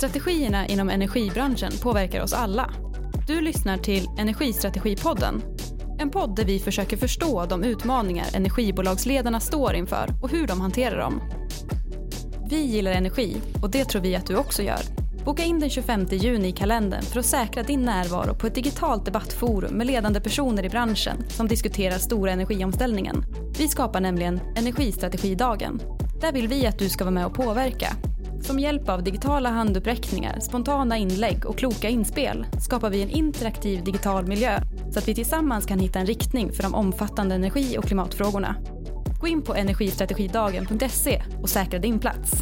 Strategierna inom energibranschen påverkar oss alla. Du lyssnar till Energistrategipodden. En podd där vi försöker förstå de utmaningar energibolagsledarna står inför och hur de hanterar dem. Vi gillar energi och det tror vi att du också gör. Boka in den 25 juni i kalendern för att säkra din närvaro på ett digitalt debattforum med ledande personer i branschen som diskuterar stora energiomställningen. Vi skapar nämligen Energistrategidagen. Där vill vi att du ska vara med och påverka. Som hjälp av digitala handuppräckningar, spontana inlägg och kloka inspel skapar vi en interaktiv digital miljö så att vi tillsammans kan hitta en riktning för de omfattande energi- och klimatfrågorna. Gå in på energistrategidagen.se och säkra din plats.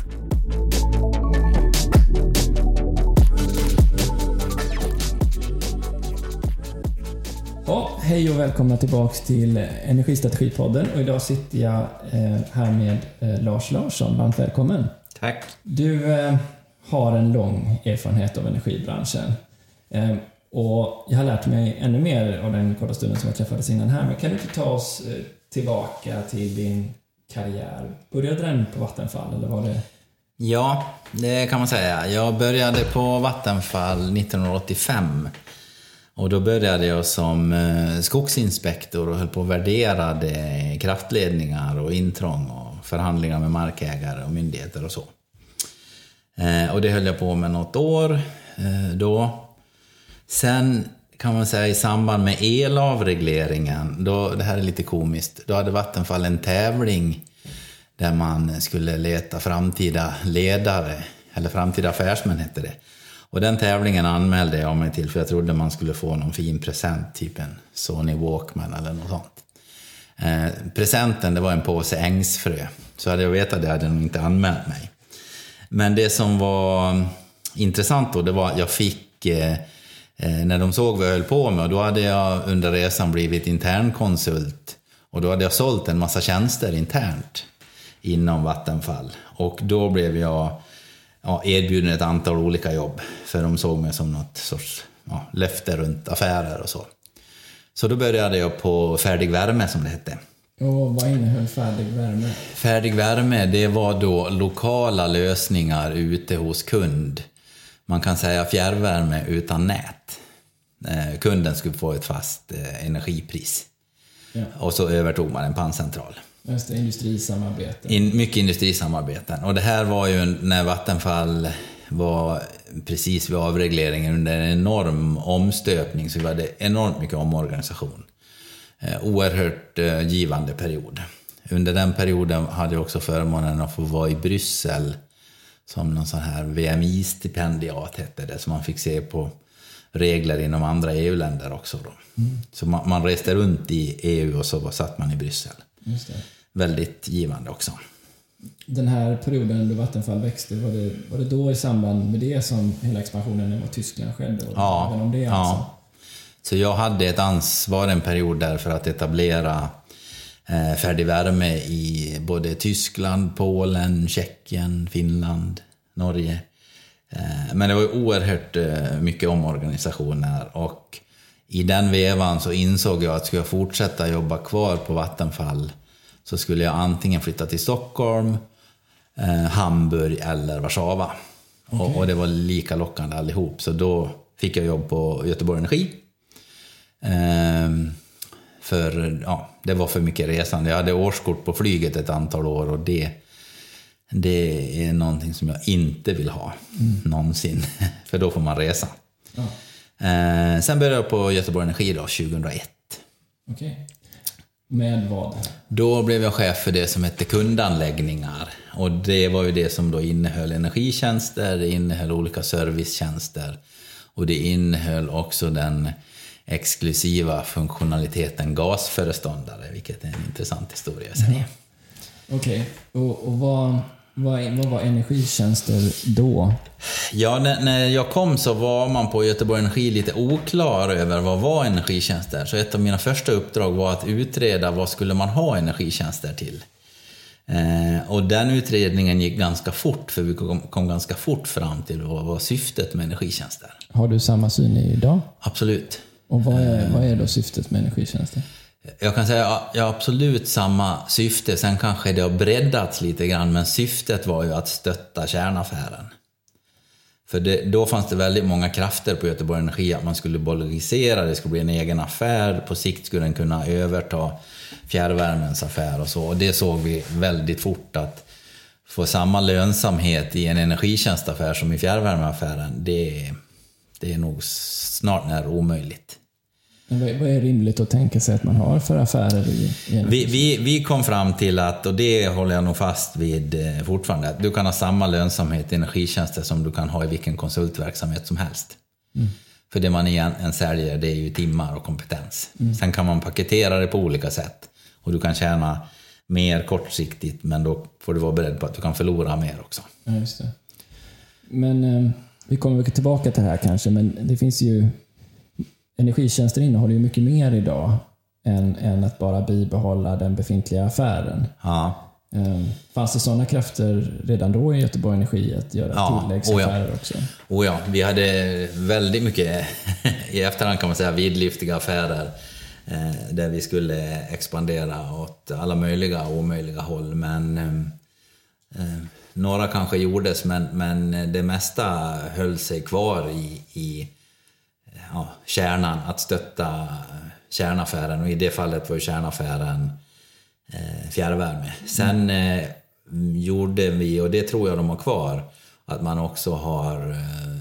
Ja, hej och välkomna tillbaka till Energistrategipodden. Och idag sitter jag här med Lars Larsson. Varmt välkommen. Tack. Du har en lång erfarenhet av energibranschen. Och jag har lärt mig ännu mer av den korta stunden som jag träffades innan här. Men kan du inte ta oss tillbaka till din karriär? Började den på Vattenfall eller var det? Ja, det kan man säga. Jag började på Vattenfall 1985. Och då började jag som skogsinspektor och höll på att värdera kraftledningar och intrång och förhandlingar med markägare och myndigheter och så. Och det höll jag på med något år då. Sen kan man säga i samband med elavregleringen, då, det här är lite komiskt, då hade Vattenfall en tävling där man skulle leta framtida ledare, eller framtida affärsmän hette det. Och den tävlingen anmälde jag mig till för jag trodde man skulle få någon fin present, typ en Sony Walkman eller något sånt. Presenten, det var en påse ängsfrö. Så hade jag vetat det hade jag nog inte anmält mig. Men det som var intressant då, det var att jag fick, när de såg vad jag höll på med, och då hade jag under resan blivit internkonsult. Och då hade jag sålt en massa tjänster internt inom Vattenfall. Och då blev jag erbjuden ett antal olika jobb. För de såg mig som något sorts löfte runt affärer och så. Så då började jag på Färdig Värme som det hette. Och vad innehöll Färdig Värme? Färdig Värme, det var då lokala lösningar ute hos kund. Man kan säga fjärrvärme utan nät. Kunden skulle få ett fast energipris. Ja. Och så övertog man en panncentral. Just det, industrisamarbeten. Mycket industrisamarbeten. Och det här var ju när Vattenfall var precis vid avregleringen under en enorm omstöpning, så vi hade enormt mycket omorganisation. Oerhört givande period. Under den perioden hade jag också förmånen att få vara i Bryssel som någon sån här VMI-stipendiat hette det, så man fick se på regler inom andra EU-länder också då. Så man reste runt i EU och så satt man i Bryssel. Just det. Väldigt givande också. Den här perioden då Vattenfall växte, var det då i samband med det som hela expansionen i Tyskland skedde? Ja, om det alltså? Så jag hade ett ansvar en period där för att etablera Färdig Värme i både Tyskland, Polen, Tjeckien, Finland, Norge. Men det var ju oerhört mycket omorganisationer, och i den vevan så insåg jag att skulle jag fortsätta jobba kvar på Vattenfall så skulle jag antingen flytta till Stockholm, Hamburg eller Warszawa. Okay. Och det var lika lockande allihop. Så då fick jag jobb på Göteborg Energi. För det var för mycket resande. Jag hade årskort på flyget ett antal år, och det är någonting som jag inte vill ha någonsin. För då får man resa. Ja. Sen började jag på Göteborg Energi då, 2001. Okej. Med vad? Då blev jag chef för det som hette kundanläggningar. Och det var ju det som då innehöll energitjänster, det innehöll olika servicetjänster. Och det innehöll också den exklusiva funktionaliteten gasföreståndare, vilket är en intressant historia. Ja. Okej. Och vad var energitjänster då? Ja, när jag kom så var man på Göteborg Energi lite oklar över vad var energitjänster. Så ett av mina första uppdrag var att utreda vad skulle man ha energitjänster till. Och den utredningen gick ganska fort, för vi kom ganska fort fram till vad var syftet med energitjänster. Har du samma syn idag? Absolut. Och vad är då syftet med energitjänster? Jag kan säga att jag har absolut samma syfte. Sen kanske det har breddats lite grann, men syftet var ju att stötta kärnaffären. För då fanns det väldigt många krafter på Göteborg Energi att man skulle bolagisera, det skulle bli en egen affär, på sikt skulle den kunna överta fjärrvärmens affär och så. Och det såg vi väldigt fort, att få samma lönsamhet i en energitjänstaffär som i fjärrvärmeaffären, det är nog snart när omöjligt. Men vad är rimligt att tänka sig att man har för affärer i vi kom fram till att, och det håller jag nog fast vid fortfarande, att du kan ha samma lönsamhet i energitjänster som du kan ha i vilken konsultverksamhet som helst. För det man egentligen säljer, det är ju timmar och kompetens. Sen kan man paketera det på olika sätt, och du kan tjäna mer kortsiktigt, men då får du vara beredd på att du kan förlora mer också. Ja, just det. Men vi kommer tillbaka till det här kanske, men det finns ju, energitjänster innehåller ju mycket mer idag än att bara bibehålla den befintliga affären. Ja. Fanns det sådana krafter redan då i Göteborg Energi att göra tilläggsaffärer också? Ja, vi hade väldigt mycket i efterhand kan man säga vidlyftiga affärer där vi skulle expandera åt alla möjliga och omöjliga håll, men några kanske gjordes, men det mesta höll sig kvar i kärnan, att stötta kärnaffären, och i det fallet var ju kärnaffären fjärrvärme. Sen gjorde vi, och det tror jag de har kvar, att man också har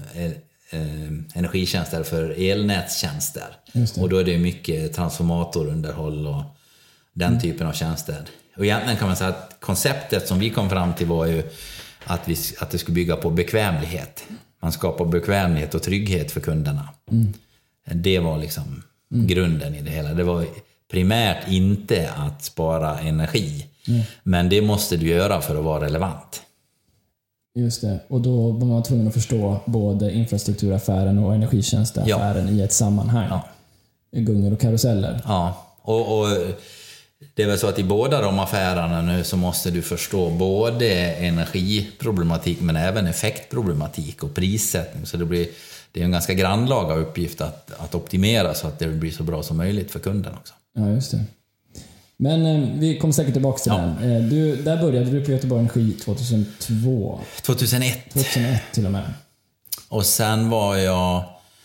energitjänster för elnätstjänster. Och då är det mycket transformatorunderhåll och den typen av tjänster. Och egentligen kan man säga att konceptet som vi kom fram till var ju att det skulle bygga på bekvämlighet. Man skapar bekvämlighet och trygghet för kunderna. Det var liksom grunden i det hela. Det var primärt inte att spara energi. Men det måste du göra för att vara relevant. Just det. Och då var man tvungen att förstå både infrastrukturaffären och energitjänstaffären i ett sammanhang. Ja. Gungor och karuseller. Ja, och det är väl så att i båda de affärerna nu så måste du förstå både energiproblematik men även effektproblematik och prissättning. Så det är en ganska grannlaga uppgift att optimera så att det blir så bra som möjligt för kunden också. Ja, just det. Men vi kommer säkert tillbaka till den. Där började du på Göteborg Energi 2002. 2001 till och med. Och sen var jag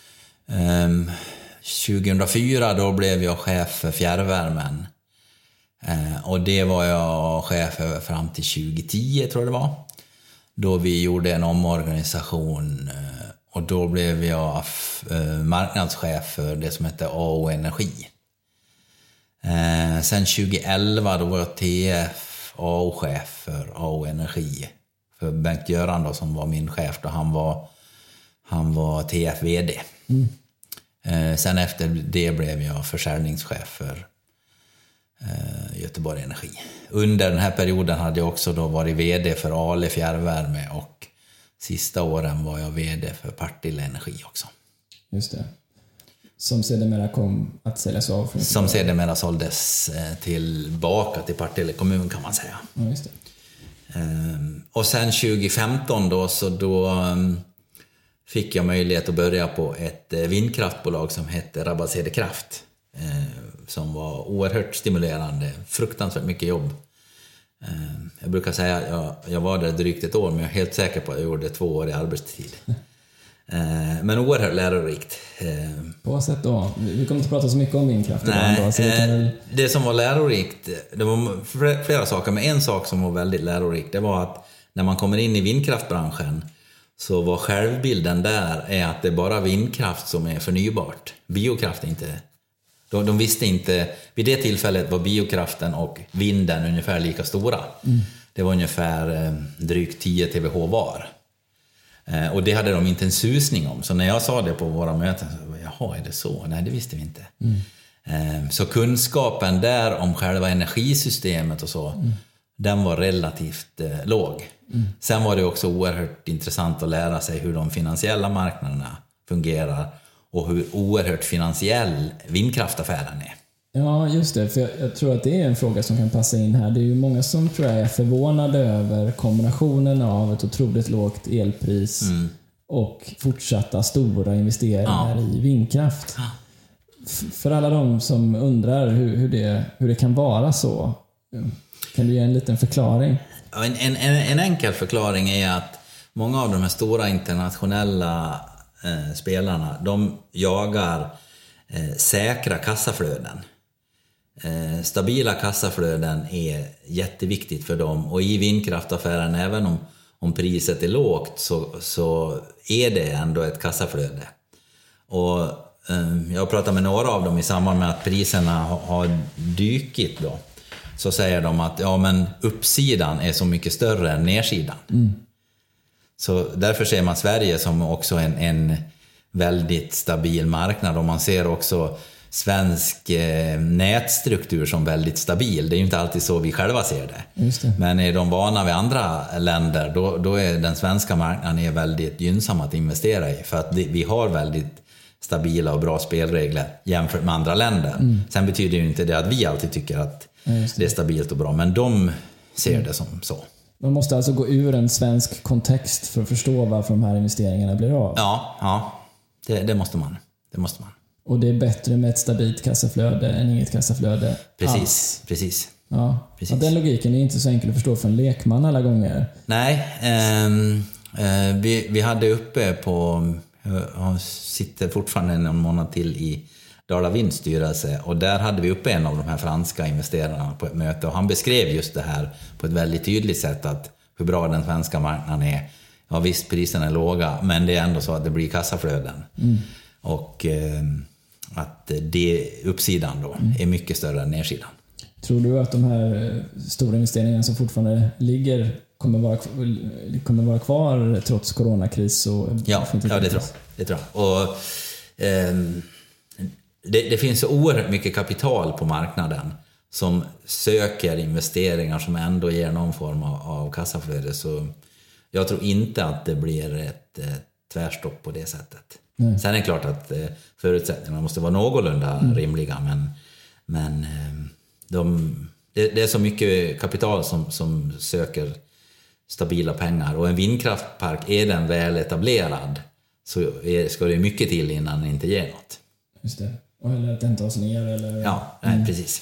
2004, då blev jag chef för fjärrvärmen. Och det var jag chef över fram till 2010 tror jag det var. Då vi gjorde en omorganisation, och då blev jag marknadschef för det som hette AO Energi. Sen 2011 då var jag TF AO-chef för AO Energi. För Bengt-Göran då, som var min chef då, han var TF-VD. Sen efter det blev jag försäljningschef för Göteborg Energi. Under den här perioden hade jag också då varit VD för Ale fjärrvärme, och sista åren var jag VD för Partille Energi också. Just det. Som sedermera kom att säljas av? Som sedermera såldes tillbaka till Partille kommun kan man säga. Ja, just det. Och sen 2015 då fick jag möjlighet att börja på ett vindkraftbolag som hette Rabbalshede Kraft. Som var oerhört stimulerande, fruktansvärt mycket jobb. Jag brukar säga att jag var där drygt ett år, men jag är helt säker på att jag gjorde 2 år i arbetstid. Men oerhört lärorikt. På vad sätt då? Vi kommer inte prata så mycket om vindkraft idag. Det som var lärorikt, det var flera saker, men en sak som var väldigt lärorikt, det var att när man kommer in i vindkraftbranschen så var självbilden där är att det är bara vindkraft som är förnybart. Biokraft är inte. De visste inte, vid det tillfället var biokraften och vinden ungefär lika stora. Det var ungefär drygt 10 TWh var. Och det hade de inte en susning om. Så när jag sa det på våra möten, så jaha, är det så? Nej, det visste vi inte. Så kunskapen där om själva energisystemet och så, den var relativt låg. Sen var det också oerhört intressant att lära sig hur de finansiella marknaderna fungerar och hur oerhört finansiell vindkraftaffären är. Ja, just det. För jag tror att det är en fråga som kan passa in här. Det är ju många som tror jag är förvånade över kombinationen av ett otroligt lågt elpris och fortsatta stora investeringar i vindkraft. För alla de som undrar hur det kan vara så, kan du ge en liten förklaring? En enkel förklaring är att många av de här stora internationella spelarna, de jagar säkra kassaflöden. Stabila kassaflöden är jätteviktigt för dem, och i vindkraftaffären, även om priset är lågt, så är det ändå ett kassaflöde. Och jag har pratat med några av dem i samband med att priserna har dykit då. Så säger de att men uppsidan är så mycket större än nedsidan. Så därför ser man Sverige som också en väldigt stabil marknad, och man ser också svensk nätstruktur som väldigt stabil. Det är ju inte alltid så vi själva ser det. Just det. Men är de vana vid andra länder, då är den svenska marknaden väldigt gynnsam att investera i, för att vi har väldigt stabila och bra spelregler jämfört med andra länder. Sen betyder ju inte det att vi alltid tycker att det är stabilt och bra, men de ser det som så. Man måste alltså gå ur en svensk kontext för att förstå varför de här investeringarna blir av. Ja, det måste man. Och det är bättre med ett stabilt kassaflöde än inget kassaflöde alls. Precis. Ja. Ja, den logiken är inte så enkel att förstå för en lekman alla gånger. Nej, vi hade uppe på, jag sitter fortfarande någon månad till i Dala Vinds styrelse, och där hade vi uppe en av de här franska investerarna på ett möte, och han beskrev just det här på ett väldigt tydligt sätt, att hur bra den svenska marknaden är. Ja visst, priserna är låga, men det är ändå så att det blir kassaflöden. Och att det uppsidan då är mycket större än nedsidan. Tror du att de här stora investeringarna som fortfarande ligger kommer vara kvar trots coronakris? Och ja, det tror jag. Och det finns så oerhört mycket kapital på marknaden som söker investeringar som ändå ger någon form av kassaflöde. Så jag tror inte att det blir ett tvärstopp på det sättet. Sen är det klart att förutsättningarna måste vara någorlunda rimliga, men det är så mycket kapital som söker stabila pengar, och en vindkraftpark, är den väl etablerad så ska det mycket till innan den inte ger något. Just det. Eller att den tas ner eller... Ja, precis.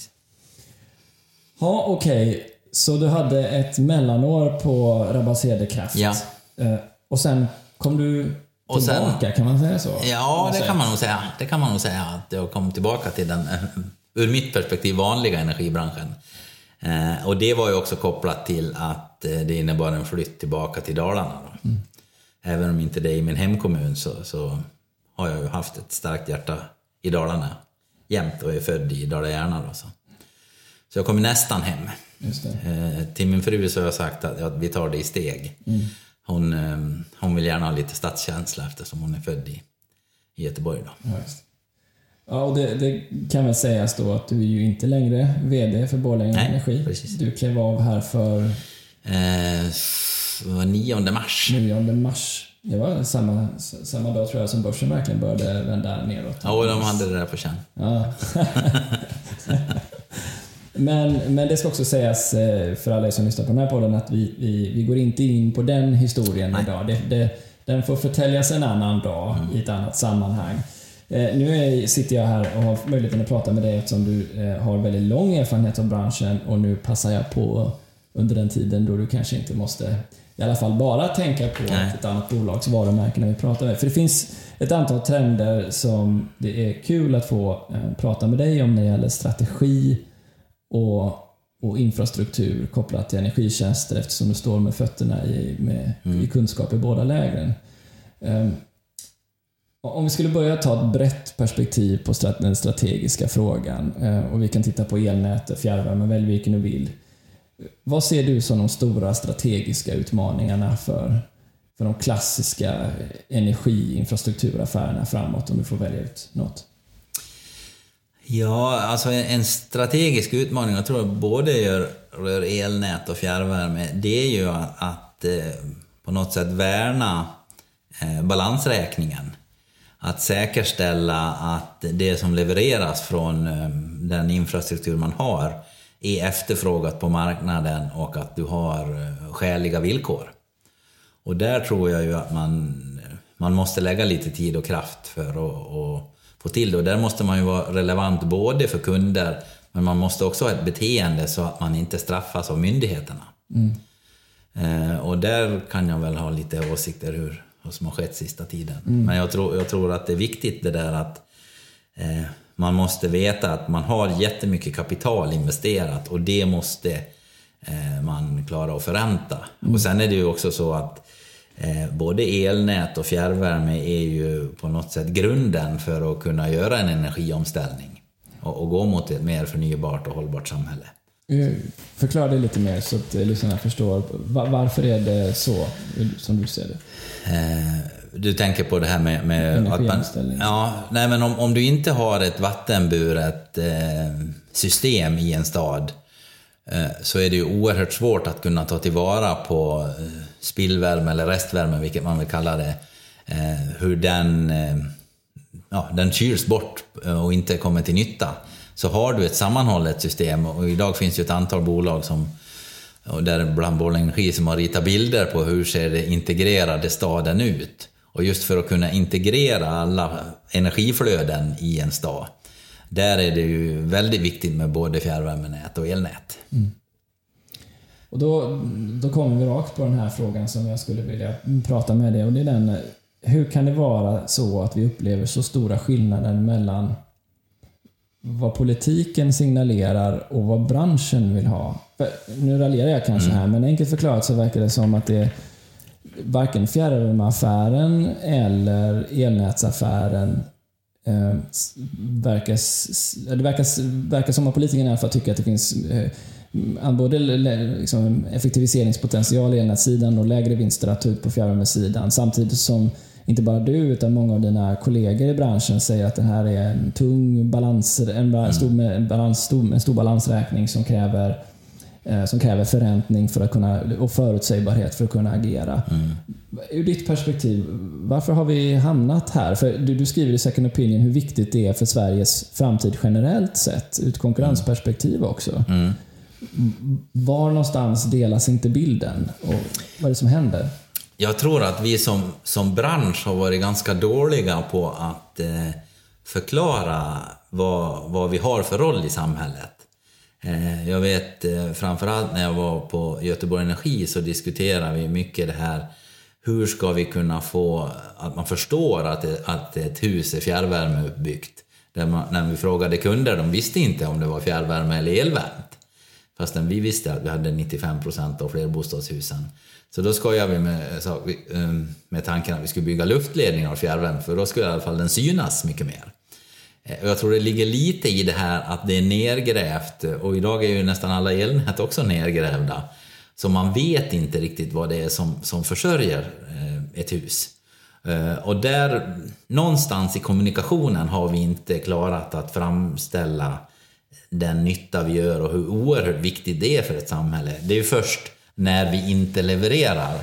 Ja, okej. Så du hade ett mellanår på Rabasede Kraft. Ja. Och sen kom du tillbaka, kan man säga så? Ja, det kan man nog säga att jag kom tillbaka till den, ur mitt perspektiv, vanliga energibranschen. Och det var ju också kopplat till att det innebar en flytt tillbaka till Dalarna. Även om inte det är i min hemkommun, så har jag ju haft ett starkt hjärta i Dalarna jämt, och är född i Dala-Järna då, så jag kommer nästan hem. Just det. Till min fru så har jag sagt att vi tar det i steg. Hon vill gärna ha lite stadskänsla eftersom hon är född i Göteborg då. Ja, just. Ja, och det kan väl sägas då att du är ju inte längre vd för Borlänge Energi. Precis. Du klev av här för 9 mars. 9 mars. Det var samma dag tror jag som börsen verkligen började vända neråt. Ja, och de hade det där på känn. Ja. Men det ska också sägas för alla som lyssnar på den här podden att vi går inte in på den historien idag. Den får förtäljas en annan dag i ett annat sammanhang. Nu sitter jag här och har möjligheten att prata med dig eftersom du har väldigt lång erfarenhet av branschen, och nu passar jag på under den tiden då du kanske inte måste i alla fall bara tänka på ett annat bolags varumärke när vi pratar med. För det finns ett antal trender som det är kul att få prata med dig om när det gäller strategi och infrastruktur kopplat till energitjänster, eftersom du står med fötterna i kunskap i båda lägren. Om vi skulle börja ta ett brett perspektiv på den strategiska frågan, och vi kan titta på elnät, fjärrvärme, välj vilken du vill. Vad ser du som de stora strategiska utmaningarna för de klassiska energiinfrastrukturaffärerna framåt, om du får välja ut något? Ja, alltså en strategisk utmaning, jag tror både rör elnät och fjärrvärme, det är ju att på något sätt värna balansräkningen. Att säkerställa att det som levereras från den infrastruktur man har är efterfrågat på marknaden och att du har skäliga villkor. Och där tror jag ju att man måste lägga lite tid och kraft för att få till det. Och där måste man ju vara relevant både för kunder, men man måste också ha ett beteende så att man inte straffas av myndigheterna. Och där kan jag väl ha lite åsikter hur som har skett sista tiden. Men jag tror att det är viktigt det där att man måste veta att man har jättemycket kapital investerat och det måste man klara att förränta. Och sen är det ju också så att både elnät och fjärrvärme är ju på något sätt grunden för att kunna göra en energiomställning och gå mot ett mer förnybart och hållbart samhälle. Förklara det lite mer så att lyssnarna förstår. Varför är det så som du ser det? Du tänker på det här med att man, men om du inte har ett vattenburet system i en stad så är det ju oerhört svårt att kunna ta tillvara på spillvärme eller restvärme, vilket man vill kalla det, hur den kyls bort och inte kommer till nytta. Så har du ett sammanhållet system, och idag finns ju ett antal bolag och där bland Borlänge Energi som har ritat bilder på hur ser det integrerade staden ut. Och just för att kunna integrera alla energiflöden i en stad, där är det ju väldigt viktigt med både fjärrvärmenät och elnät. Och då kommer vi rakt på den här frågan som jag skulle vilja prata med dig. Och det är den, hur kan det vara så att vi upplever så stora skillnader mellan vad politiken signalerar och vad branschen vill ha? För nu raljerar jag kanske här, men enkelt förklarat så verkar det som att det varken fjärrvärmeaffären eller elnätsaffären verkar som att politikerna i alla fall tycker att det finns både liksom effektiviseringspotential i elnätssidan och lägre vinster att ta ut på fjärrvärmesidan, samtidigt som inte bara du utan många av dina kollegor i branschen säger att det här är en tung stor balansräkning som kräver förräntning för att kunna, och förutsägbarhet för att kunna agera. Ur ditt perspektiv, varför har vi hamnat här? För du skriver i Second Opinion hur viktigt det är för Sveriges framtid generellt sett, ur ett konkurrensperspektiv också. Var någonstans delas inte bilden? Och vad är det som händer? Jag tror att vi som bransch har varit ganska dåliga på att förklara vad vi har för roll i samhället. Jag vet framförallt när jag var på Göteborg Energi så diskuterade vi mycket det här. Hur ska vi kunna få att man förstår att ett hus är fjärrvärme uppbyggt? När vi frågade kunder, de visste inte om det var fjärrvärme eller elvärmt. Fastän vi visste att vi hade 95% av flerbostadshusen. Så då skojade vi med tanken att vi skulle bygga luftledningar och fjärrvärme, för då skulle i alla fall den synas mycket mer. Och jag tror det ligger lite i det här att det är nergrävt, och idag är ju nästan alla elnät också nergrävda. Så man vet inte riktigt vad det är som försörjer ett hus. Och där någonstans i kommunikationen har vi inte klarat att framställa den nytta vi gör och hur oerhört viktigt det är för ett samhälle. Det är ju först när vi inte levererar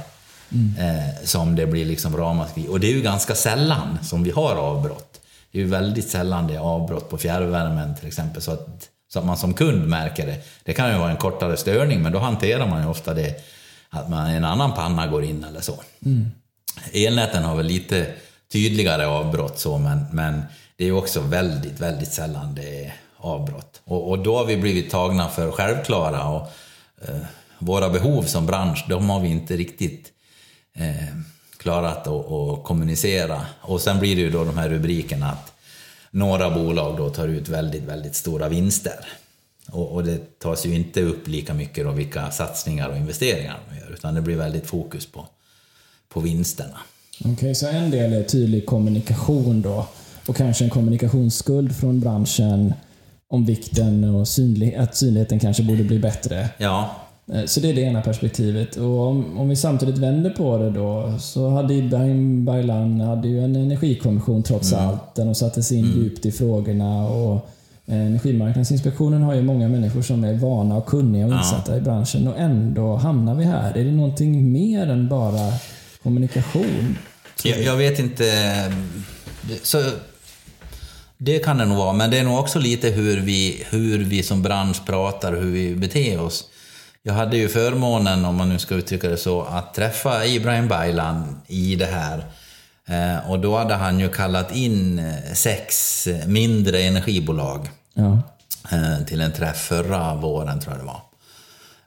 som det blir liksom ramaskri. Och det är ju ganska sällan som vi har avbrott. Det är ju väldigt sällan det är avbrott på fjärrvärmen till exempel, så att man som kund märker det. Det kan ju vara en kortare störning, men då hanterar man ju ofta det att en annan panna går in eller så. Elnäten har väl lite tydligare avbrott så, men det är ju också väldigt, väldigt sällan det är avbrott. Och då har vi blivit tagna för självklara, och våra behov som bransch, de har vi inte riktigt klarat att kommunicera. Och sen blir det ju då de här rubrikerna att några bolag då tar ut väldigt, väldigt stora vinster. Och det tas ju inte upp lika mycket då vilka satsningar och investeringar de gör, utan det blir väldigt fokus på vinsterna. Okej, så en del är tydlig kommunikation då, och kanske en kommunikationsskuld från branschen om vikten och att synligheten kanske borde bli bättre. Ja. Så det är det ena perspektivet. Och om vi samtidigt vänder på det då, så hade Ibrahim Baylan ju en energikommission trots allt, där de satte sig in djupt i frågorna, och Energimarknadsinspektionen har ju många människor som är vana och kunniga och insatta i branschen, och ändå hamnar vi här. Är det någonting mer än bara kommunikation? Jag vet inte. Så det kan det nog vara, men det är nog också lite hur vi som bransch pratar, hur vi beter oss. Jag hade ju förmånen, om man nu ska uttrycka det så, att träffa Ibrahim Baylan i det här. Och då hade han ju kallat in 6 mindre energibolag till en träff förra våren, tror jag det var.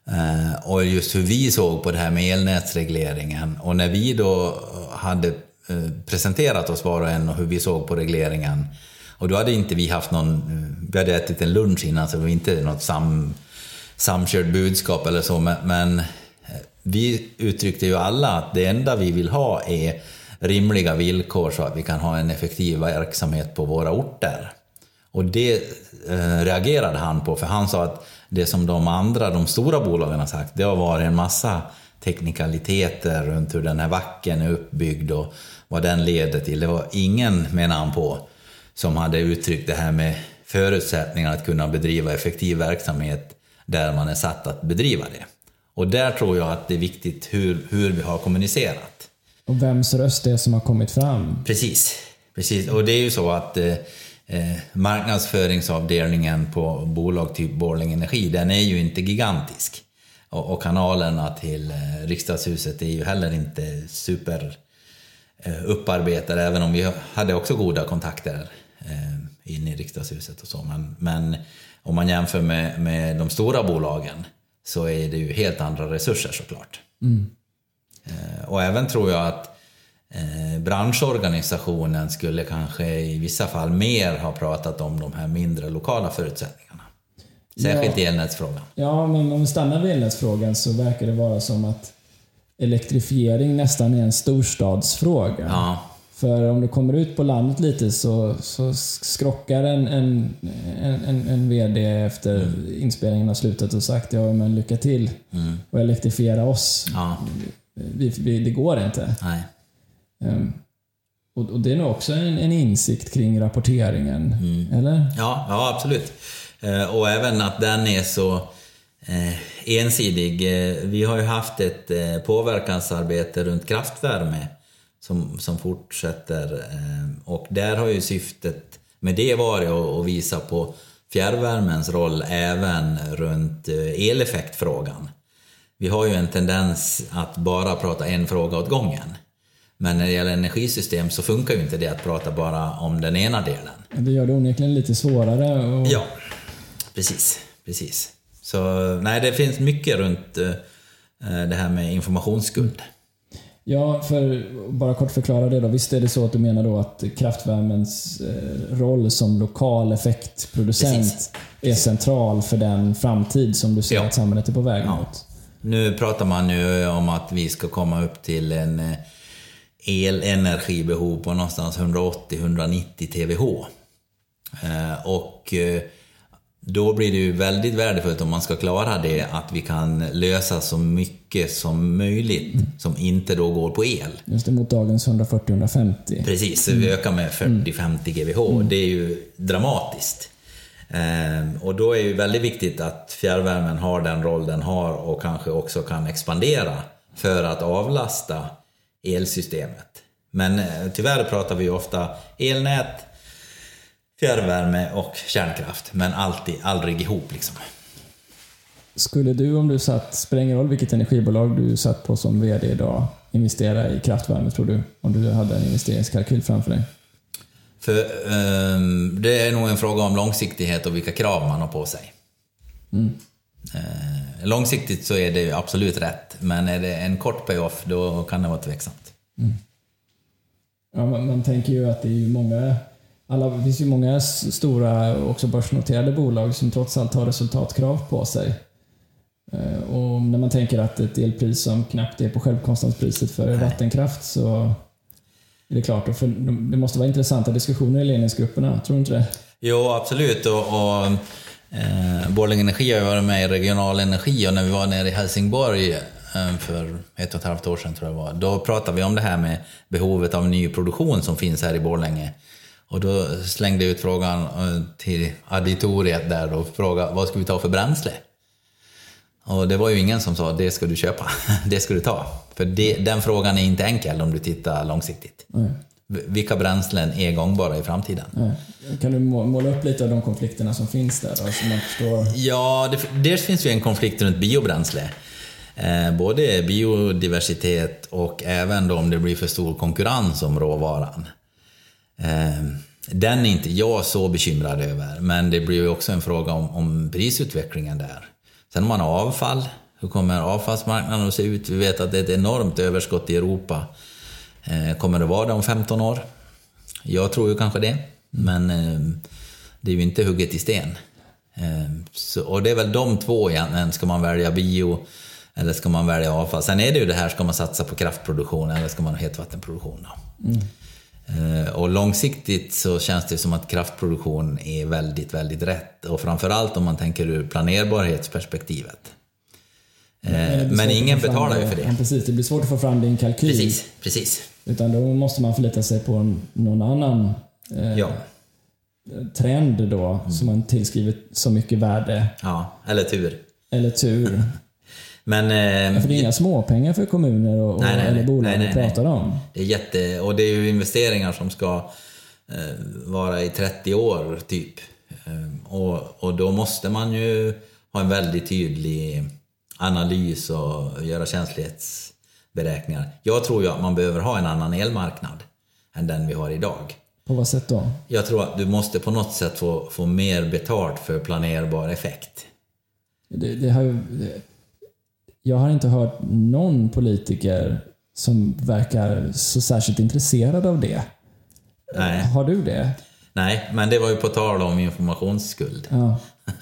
Och just hur vi såg på det här med elnätsregleringen. Och när vi då hade presenterat oss var och en och hur vi såg på regleringen. Och då hade inte vi haft vi hade ätit en lunch innan, så det var inte något samkört budskap eller så. Men vi uttryckte ju alla att det enda vi vill ha är rimliga villkor så att vi kan ha en effektiv verksamhet på våra orter. Och det reagerade han på, för han sa att det som de stora bolagen har sagt, det har varit en massa teknikaliteter runt hur den här vacken är uppbyggd och vad den leder till. Det var ingen, menar han på, som hade uttryckt det här med förutsättningar att kunna bedriva effektiv verksamhet där man är satt att bedriva det. Och där tror jag att det är viktigt hur vi har kommunicerat. Och vems röst det är som har kommit fram. Precis. Och det är ju så att marknadsföringsavdelningen på bolag typ Borlänge Energi, den är ju inte gigantisk. Och kanalerna till riksdagshuset är ju heller inte super upparbetade, även om vi hade också goda kontakter in i riksdagshuset och så. Men om man jämför med de stora bolagen så är det ju helt andra resurser såklart. Och även tror jag att branschorganisationen skulle kanske i vissa fall mer ha pratat om de här mindre lokala förutsättningarna. Särskilt i elnätsfrågan. Ja, men om vi stannar vid elnätsfrågan så verkar det vara som att elektrifiering nästan är en storstadsfråga. Ja. För om du kommer ut på landet lite så skrockar en vd efter inspelningen har slutat och sagt men lycka till och elektrifiera oss. Ja. Det går inte. Nej. Och det är nog också en insikt kring rapporteringen, eller? Ja, absolut. Och även att den är så ensidig. Vi har ju haft ett påverkansarbete runt kraftvärme som fortsätter. Och där har ju syftet med det varit att visa på fjärrvärmens roll även runt eleffektfrågan. Vi har ju en tendens att bara prata en fråga åt gången. Men när det gäller energisystem så funkar ju inte det att prata bara om den ena delen. Det gör det onekligen lite svårare. Ja, precis. Så nej, det finns mycket runt det här med informationsskuld. Ja, för bara kort förklara det då. Visst är det så att du menar då att kraftvärmens roll som lokal effektproducent är central för den framtid som du ser att samhället är på väg mot? Nu pratar man ju om att vi ska komma upp till en elenergibehov på någonstans 180-190 TWh. Och då blir det ju väldigt värdefullt om man ska klara det att vi kan lösa så mycket som möjligt som inte då går på el. Just det, mot dagens 140-150. Precis, vi ökar med 40-50 GWh. Det är ju dramatiskt. Och då är det ju väldigt viktigt att fjärrvärmen har den roll den har och kanske också kan expandera för att avlasta elsystemet. Men tyvärr pratar vi ofta elnät, fjärrvärme och kärnkraft, men aldrig ihop liksom. Skulle du, om du spelar ingen roll vilket energibolag du satt på som vd idag, investera i kraftvärme, tror du? Om du hade en investeringskalkyl framför dig? För det är nog en fråga om långsiktighet och vilka krav man har på sig. Långsiktigt så är det absolut rätt, men är det en kort payoff då kan det vara tveksamt. Ja, man tänker ju att det är ju det finns ju många stora också börsnoterade bolag som trots allt har resultatkrav på sig. Och när man tänker att ett elpris som knappt är på självkostnadspriset för vattenkraft, så är det klart. Och det måste vara intressanta diskussioner i ledningsgrupperna, tror du inte det? Jo, absolut. Och Borlänge Energi har ju varit med i regional energi, och när vi var nere i Helsingborg för 1,5 år sedan tror jag var, då pratade vi om det här med behovet av ny produktion som finns här i Borlänge. Och då slängde jag ut frågan till auditoriet där och frågade vad ska vi ta för bränsle? Och det var ju ingen som sa det ska du köpa, det ska du ta. För den frågan är inte enkel om du tittar långsiktigt. Vilka bränslen är gångbara i framtiden? Kan du måla upp lite av de konflikterna som finns där? Då, så man förstår... Ja, dels finns ju en konflikt runt biobränsle. Både biodiversitet och även då om det blir för stor konkurrens om råvaran. Den är inte jag så bekymrad över, men det blir ju också en fråga om prisutvecklingen där. Sen om man har avfall, Hur kommer avfallsmarknaden att se ut? Vi vet att det är ett enormt överskott i Europa. Kommer det vara det om 15 år? Jag tror ju kanske det. Men det är ju inte hugget i sten. Och det är väl de två egentligen. Ska man välja bio eller ska man välja avfall? Sen är det ju det här, ska man satsa på kraftproduktion eller ska man ha hetvattenproduktion? Och långsiktigt så känns det som att kraftproduktion är väldigt, väldigt rätt. Och framförallt om man tänker ur planerbarhetsperspektivet. Men ingen betalar ju för det. Ja, precis, det blir svårt att få fram det i en kalkyl. Precis. Utan då måste man förlita sig på någon annan trend då, som man tillskriver så mycket värde. Ja, eller tur. Men, för det är inga småpengar för kommuner eller bolag vi pratar om. Det är och det är ju investeringar som ska vara i 30 år typ. Och då måste man ju ha en väldigt tydlig analys och göra känslighetsberäkningar. Jag tror ju att man behöver ha en annan elmarknad än den vi har idag. På vad sätt då? Jag tror att du måste på något sätt få mer betalt för planerbar effekt. Jag har inte hört någon politiker som verkar så särskilt intresserad av det. Nej. Har du det? Nej, men det var ju på tal om informationsskuld. Ja.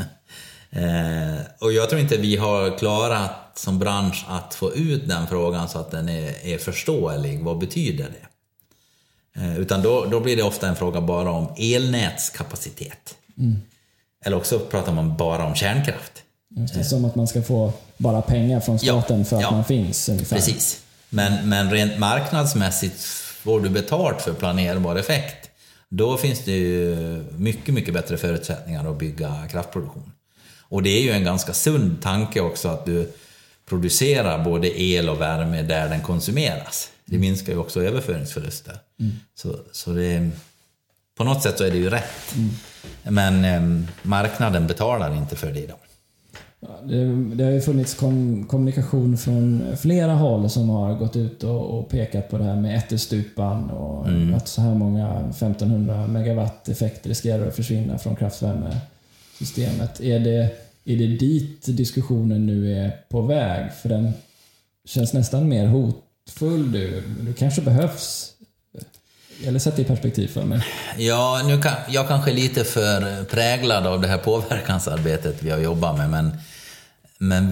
Och jag tror inte vi har klarat som bransch att få ut den frågan så att den är förståelig. Vad betyder det? Utan då blir det ofta en fråga bara om elnätskapacitet. Eller också pratar man bara om kärnkraft. Just det, som att man ska få bara pengar från staten för att man finns ungefär. Precis. Men rent marknadsmässigt får du betalt för planerbar effekt. Då finns det ju mycket, mycket bättre förutsättningar att bygga kraftproduktion. Och det är ju en ganska sund tanke också att du producerar både el och värme där den konsumeras. Det minskar ju också överföringsförluster. Så det, på något sätt så är det ju rätt. Men marknaden betalar inte för det idag. Det har ju funnits kommunikation från flera håll som har gått ut och pekat på det här med ättestupan och att så här många 1500 megawatt effekt riskerar att försvinna från kraftvärmesystemet. Är det dit diskussionen nu är på väg? För den känns nästan mer hotfull. Du kanske behövs. Eller sätt i perspektiv för mig. Ja, jag kanske är lite för präglad av det här påverkansarbetet vi har jobbat med. Men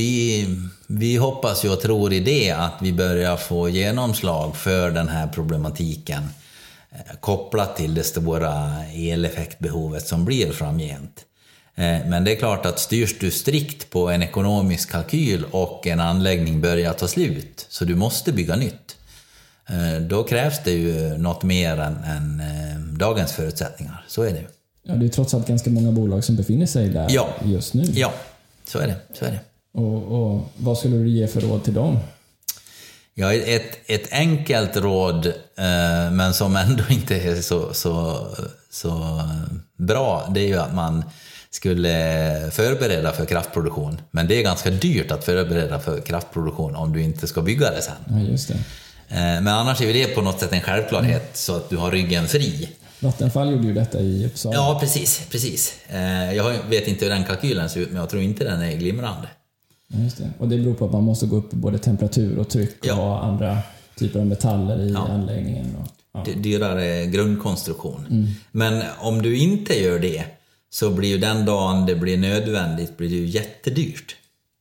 vi hoppas ju och tror i det att vi börjar få genomslag för den här problematiken kopplat till det stora eleffektbehovet som blir framgent. Men det är klart att styrs du strikt på en ekonomisk kalkyl och en anläggning börjar ta slut så du måste bygga nytt. Då krävs det ju något mer än dagens förutsättningar. Så är det ju. Ja, det är trots allt ganska många bolag som befinner sig där just nu. Ja, så är det. Och vad skulle du ge för råd till dem? Ja, ett enkelt råd, men som ändå inte är så bra, det är ju att man skulle förbereda för kraftproduktion. Men det är ganska dyrt att förbereda för kraftproduktion om du inte ska bygga det sen. Ja, just det. Men annars är det på något sätt en självklarhet så att du har ryggen fri. Vattenfall gjorde ju detta i Uppsala. Ja, precis. Jag vet inte hur den kalkylen ser ut, men jag tror inte den är glimrande. Ja, just det. Och det beror på att man måste gå upp både temperatur och tryck och andra typer av metaller i anläggningen. Dyrare grundkonstruktion. Men om du inte gör det så blir ju den dagen det blir nödvändigt blir det ju jättedyrt.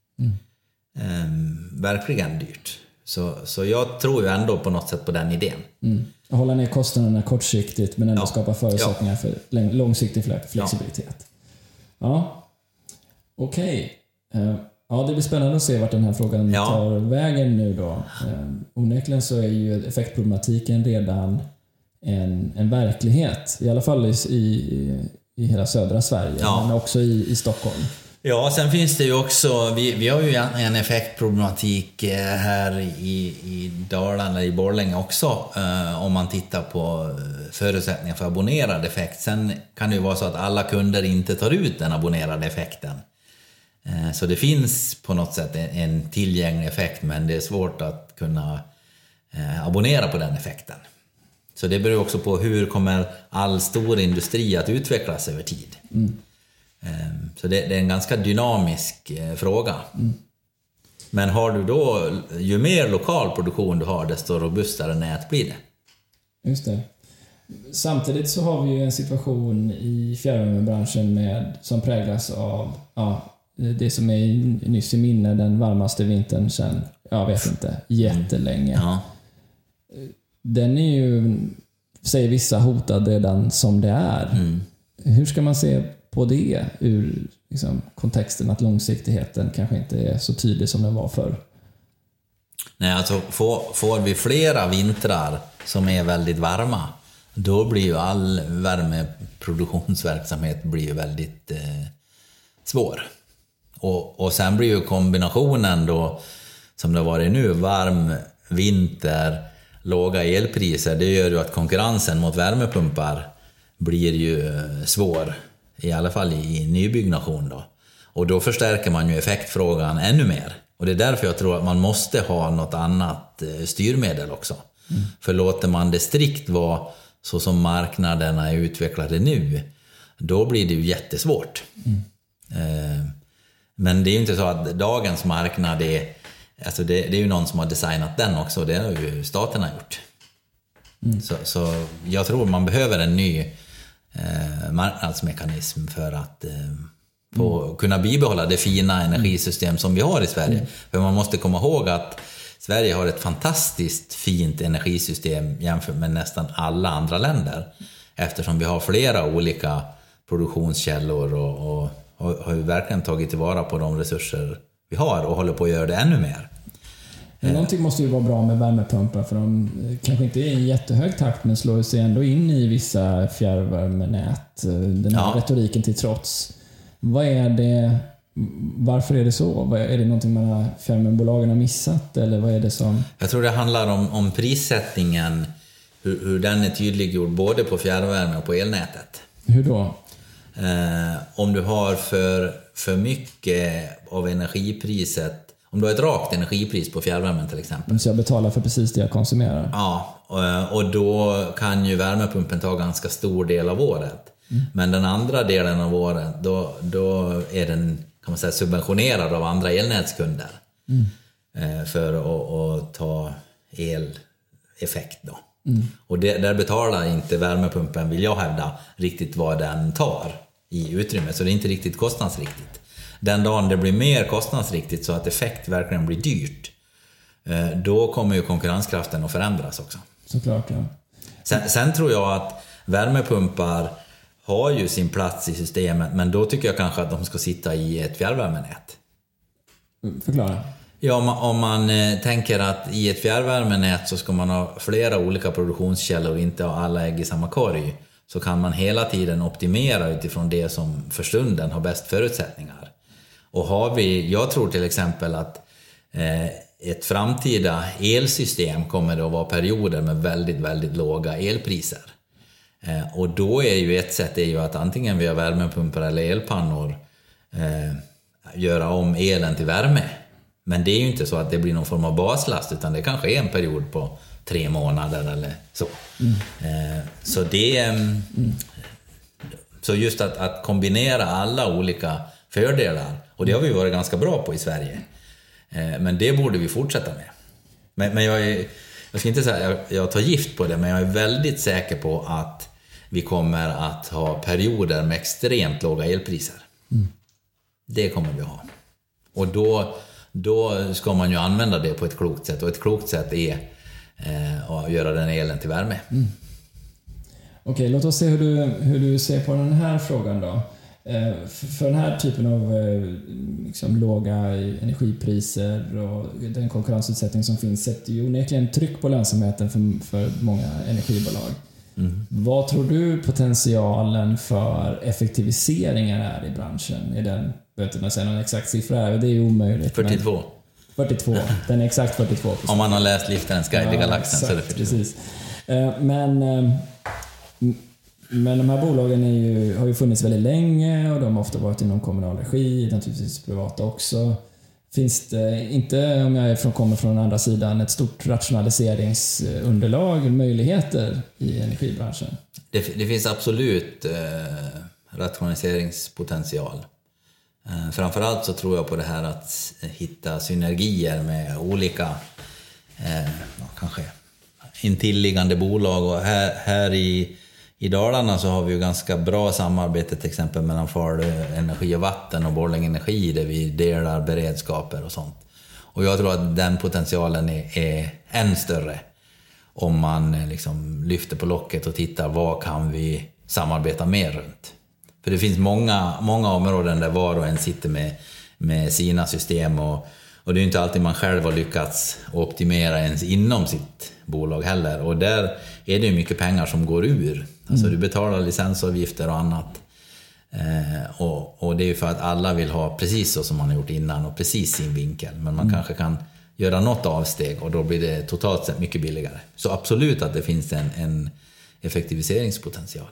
Verkligen dyrt. Så jag tror ju ändå på något sätt på den idén. Hålla ner kostnaderna kortsiktigt men ändå skapa förutsättningar för långsiktig flexibilitet. Ja, okej. Ja, det blir spännande att se vart den här frågan tar vägen nu då. Onekligen så är ju effektproblematiken redan en verklighet. I alla fall i hela södra Sverige, men också i Stockholm. Ja, sen finns det ju också, vi har ju en effektproblematik här i Dalarna, i Borlänge också, om man tittar på förutsättningar för abonnerad effekt. Sen kan det ju vara så att alla kunder inte tar ut den abonnerade effekten. Så det finns på något sätt en tillgänglig effekt, men det är svårt att kunna abonnera på den effekten. Så det beror också på hur kommer all stor industri att utvecklas över tid. Så det är en ganska dynamisk fråga. Men har du då, ju mer lokal produktion du har, desto robustare nät blir det. Just det. Samtidigt så har vi ju en situation i fjärrvärmebranschen som präglas av det som är nyss i minne, den varmaste vintern sedan, jag vet inte, jättelänge. Ja. Den är ju, säger vissa, hotad redan som det är. Hur ska man se på det ur liksom, kontexten att långsiktigheten kanske inte är så tydlig som den var förr? Nej, alltså får vi flera vintrar som är väldigt varma, då blir ju all värmeproduktionsverksamhet blir ju väldigt svår. Och sen blir ju kombinationen då, som det har varit nu, varm vinter, låga elpriser, det gör ju att konkurrensen mot värmepumpar blir ju svår, i alla fall i nybyggnation då. Och då förstärker man ju effektfrågan ännu mer. Och det är därför jag tror att man måste ha något annat styrmedel också. För låter man det strikt vara så som marknaderna är utvecklade nu, då blir det ju jättesvårt. Men det är ju inte så att dagens marknad är, alltså det är ju någon som har designat den också, det har ju staterna gjort. Så jag tror man behöver en ny marknadsmekanism för att kunna bibehålla det fina energisystem som vi har i Sverige. För man måste komma ihåg att Sverige har ett fantastiskt fint energisystem jämfört med nästan alla andra länder, eftersom vi har flera olika produktionskällor och har ju verkligen tagit tillvara på de resurser vi har och håller på att göra det ännu mer. Någonting måste ju vara bra med värmepumpar, för de kanske inte är i en jättehög takt men slår sig ändå in i vissa fjärrvärmenät, den här retoriken till trots. Vad är det, varför är det så? Är det någonting man fjärrvärmebolagen har missat, eller vad är det som... Jag tror det handlar om prissättningen, hur den är tydliggjord både på fjärrvärme och på elnätet. Hur då? Om du har för mycket av energipriset, om du har ett rakt energipris på fjärrvärmen till exempel. Så jag betalar för precis det jag konsumerar. Ja, och då kan ju värmepumpen ta ganska stor del av året. Men den andra delen av året, då är den, kan man säga, subventionerad av andra elnätskunder. För att ta eleffekt då. Och där betalar inte värmepumpen, vill jag hävda, riktigt vad den tar i utrymme. Så det är inte riktigt kostnadsriktigt. Den dagen det blir mer kostnadsriktigt så att effekt verkligen blir dyrt, då kommer ju konkurrenskraften att förändras också. Såklart, ja. Sen tror jag att värmepumpar har ju sin plats i systemet, men då tycker jag kanske att de ska sitta i ett fjärrvärmenät. Förklara. Ja, om man tänker att i ett fjärrvärmenät så ska man ha flera olika produktionskällor och inte ha alla ägg i samma korg, så kan man hela tiden optimera utifrån det som för stunden har bäst förutsättningar. Och jag tror till exempel att ett framtida elsystem kommer att vara perioder med väldigt, väldigt låga elpriser. Och då är ju ett sätt att antingen via värmepumpar eller elpannor göra om elen till värme. Men det är ju inte så att det blir någon form av baslast, utan det kanske är en period på 3 månader eller så. Så så just att kombinera alla olika fördelar, och det har vi varit ganska bra på i Sverige. Men det borde vi fortsätta med. Men jag ska inte säga att jag tar gift på det, men jag är väldigt säker på att vi kommer att ha perioder med extremt låga elpriser. Det kommer vi ha. Och då ska man ju använda det på ett klokt sätt. Och ett klokt sätt är att göra den elen till värme. Okej, låt oss se hur du ser på den här frågan då. För den här typen av liksom, låga energipriser och den konkurrensutsättning som finns sätter ju onekligen tryck på lönsamheten för många energibolag. Vad tror du potentialen för effektiviseringar är i branschen? Är den, vet inte säga någon exakt siffra, det är ju omöjligt. 42. 42, den är exakt 42%. Om man har läst Liftarens guide i galaxen, så är det 42. Precis. Men de här bolagen har ju funnits väldigt länge och de har ofta varit inom kommunal regi, naturligtvis privata också. Finns det inte, om jag kommer från andra sidan, ett stort rationaliseringsunderlag, möjligheter i energibranschen? Det finns absolut rationaliseringspotential. Framförallt så tror jag på det här att hitta synergier med olika kanske intilliggande bolag. Och här i Dalarna så har vi ju ganska bra samarbete till exempel mellan Falu Energi och Vatten och Borlänge Energi, där vi delar beredskaper och sånt. Och jag tror att den potentialen är än större om man liksom lyfter på locket och tittar vad kan vi samarbeta mer runt. För det finns många områden där var och en sitter med sina system och det är ju inte alltid man själv har lyckats optimera ens inom sitt bolag heller. Och där är det ju mycket pengar som går ur. Alltså du betalar licensavgifter och annat. Och det är ju för att alla vill ha precis så som man har gjort innan och precis sin vinkel. Men man kanske kan göra något avsteg och då blir det totalt sett mycket billigare. Så absolut att det finns en effektiviseringspotential.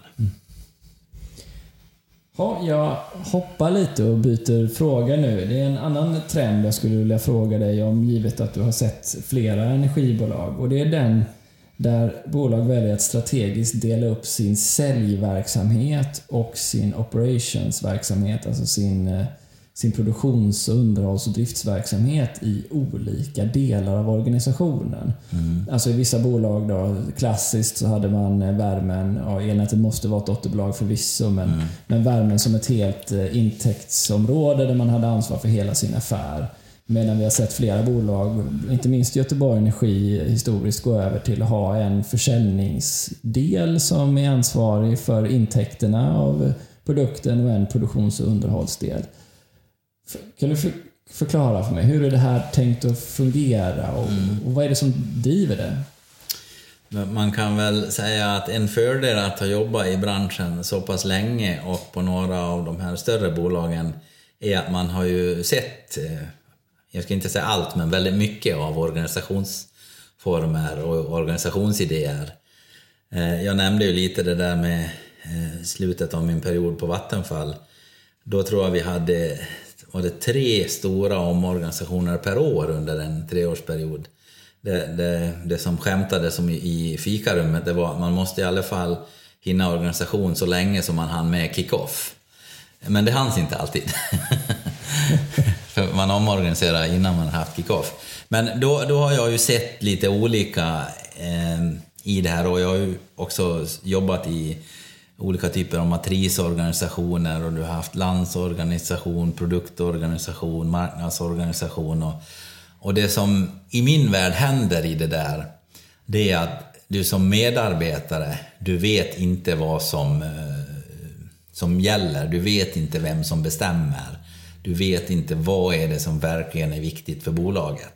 Ja, jag hoppar lite och byter fråga nu. Det är en annan trend jag skulle vilja fråga dig om, givet att du har sett flera energibolag. Och det är den där bolag väljer att strategiskt dela upp sin säljverksamhet och sin operationsverksamhet, alltså sin produktions-, underhålls- och driftsverksamhet i olika delar av organisationen. Alltså i vissa bolag då, klassiskt så hade man värmen, och elnätet måste vara ett dotterbolag förvisso, men värmen som ett helt intäktsområde där man hade ansvar för hela sin affär. Medan vi har sett flera bolag, inte minst Göteborg Energi historiskt, gå över till att ha en försäljningsdel som är ansvarig för intäkterna av produkten och en produktions- och underhållsdel. Kan du förklara för mig, hur är det här tänkt att fungera och vad är det som driver det? Man kan väl säga att en fördel att ha jobbat i branschen så pass länge och på några av de här större bolagen är att man har ju sett, jag ska inte säga allt, men väldigt mycket av organisationsformer och organisationsidéer. Jag nämnde ju lite det där med slutet av min period på Vattenfall. Då tror jag vi hade 3 stora omorganisationer per år under en 3-årsperiod. Det som skämtade som i fikarummet, det var att man måste i alla fall hinna organisation så länge som man hann med kick-off. Men det hanns inte alltid. För man omorganiserar innan man har haft kick-off. Men då har jag ju sett lite olika i det här, och jag har ju också jobbat i olika typer av matrisorganisationer, och du har haft landsorganisation, produktorganisation, marknadsorganisation och det som i min värld händer i det där, det är att du som medarbetare, du vet inte vad som gäller, du vet inte vem som bestämmer, du vet inte vad är det som verkligen är viktigt för bolaget.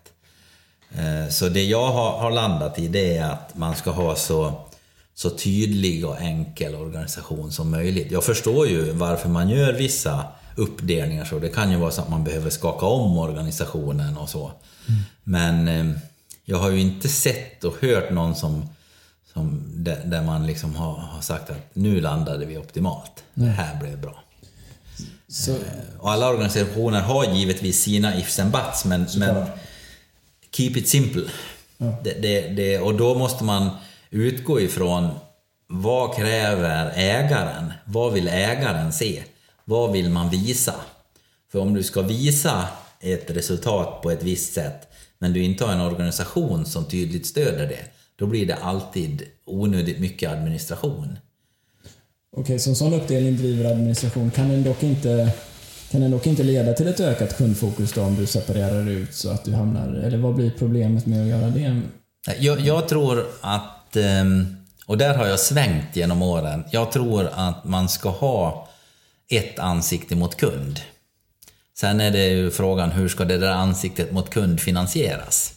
Så det jag har landat i, det är att man ska ha så tydlig och enkel organisation som möjligt. Jag förstår ju varför man gör vissa uppdelningar så. Det kan ju vara så att man behöver skaka om organisationen och så. Men jag har ju inte sett och hört någon som där man liksom har sagt att nu landade vi optimalt. Det här blev bra. Så. Och alla organisationer har givetvis sina ifs and buts, men keep it simple. Ja. Och då måste man utgå ifrån, vad kräver ägaren? Vad vill ägaren se? Vad vill man visa? För om du ska visa ett resultat på ett visst sätt, men du inte har en organisation som tydligt stöder det, då blir det alltid onödigt mycket administration. Okej, så en sån uppdelning driver administration. Kan den dock inte leda till ett ökat kundfokus då, om du separerar ut så att du hamnar, eller vad blir problemet med att göra det? Jag tror att, och där har jag svängt genom åren, jag tror att man ska ha ett ansikte mot kund. Sen är det ju frågan, hur ska det där ansiktet mot kund finansieras?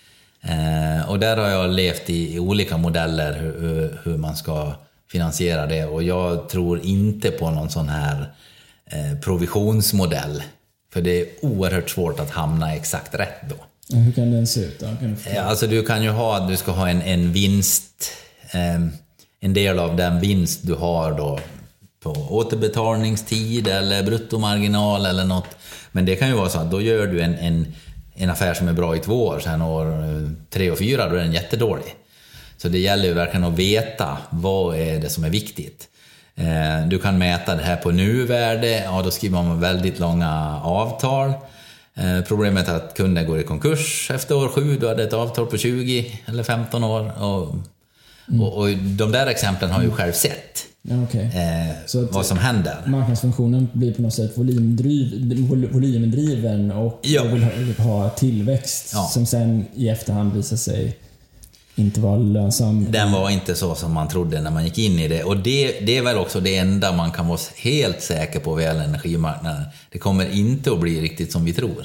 Och där har jag levt i olika modeller hur man ska finansiera det, och jag tror inte på någon sån här provisionsmodell, för det är oerhört svårt att hamna exakt rätt då. Hur kan den se ut då? Alltså du kan ju ha, du ska ha en vinst, en del av den vinst du har då på återbetalningstid eller bruttomarginal eller något. Men det kan ju vara så att då gör du en affär som är bra i 2 år, sen år 3 och 4 då är den jättedålig. Så det gäller ju verkligen att veta vad är det som är viktigt. Du kan mäta det här på nuvärde, ja då skriver man väldigt långa avtal. Problemet är att kunden går i konkurs efter år 7, då är det ett avtal på 20 eller 15 år. Och de där exemplen har ju själv sett. Ja, okay. Så vad som händer. Marknadsfunktionen blir på något sätt volymdriven och vill ha tillväxt som sen i efterhand visar sig inte vara lönsam. Den var inte så som man trodde när man gick in i det. Och det är väl också det enda man kan vara helt säker på vid energimarknaden. Det kommer inte att bli riktigt som vi tror.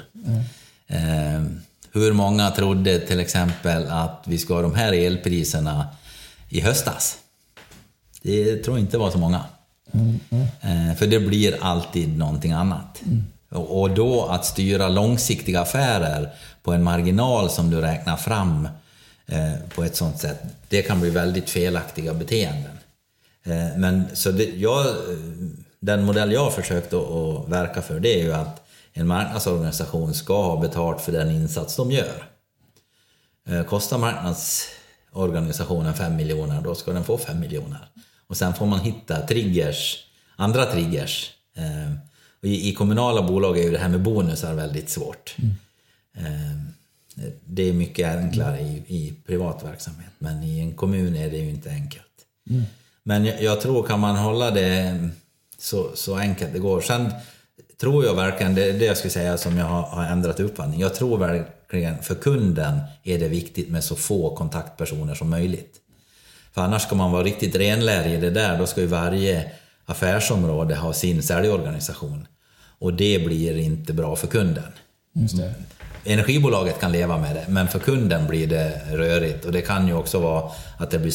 Hur många trodde till exempel att vi ska ha de här elpriserna i höstas? Det tror jag inte var så många. För det blir alltid någonting annat. Och då att styra långsiktiga affärer på en marginal som du räknar fram på ett sånt sätt, det kan bli väldigt felaktiga beteenden. Men så den modell jag har försökt att verka för, det är ju att en marknadsorganisation ska ha betalt för den insats de gör. Kostar marknadsorganisationen 5 miljoner, då ska den få 5 miljoner. Och sen får man hitta andra triggers. Och i kommunala bolag är ju det här med bonusar väldigt svårt. Det är mycket enklare i privat verksamhet, men i en kommun är det ju inte enkelt. Men jag tror, kan man hålla det så enkelt det går. Sen tror jag verkligen, det jag skulle säga som jag har ändrat uppfattning. Jag tror verkligen för kunden är det viktigt med så få kontaktpersoner som möjligt. För annars ska man vara riktigt renlärig i det där, då ska ju varje affärsområde ha sin säljorganisation. Och det blir inte bra för kunden. Just det. Energibolaget kan leva med det, men för kunden blir det rörigt. Och det kan ju också vara att det blir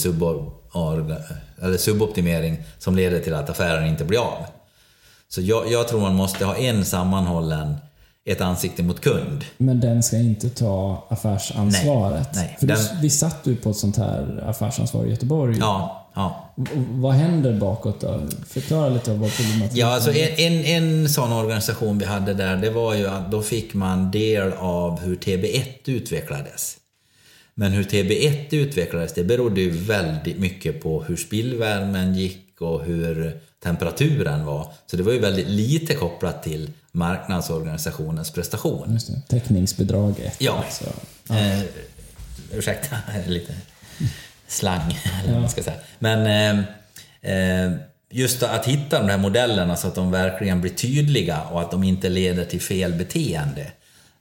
suboptimering som leder till att affären inte blir av. Så jag tror man måste ha en sammanhållen, ett ansikte mot kund. Men den ska inte ta affärsansvaret? Nej. För vi satt ju på ett sånt här affärsansvar i Göteborg. Ja. Vad händer bakåt då? Förklara lite vad problematiken är. Ja, alltså en sån organisation vi hade där, det var ju att då fick man del av hur TB1 utvecklades. Men hur TB1 utvecklades, det berodde ju väldigt mycket på hur spillvärmen gick och hur temperaturen var. Så det var ju väldigt lite kopplat till marknadsorganisationens prestation. Just det. Täckningsbidraget. Ja. Alltså. Ursäkta, lite slang eller vad man ska säga. Men just att hitta de här modellerna så att de verkligen blir tydliga och att de inte leder till fel beteende.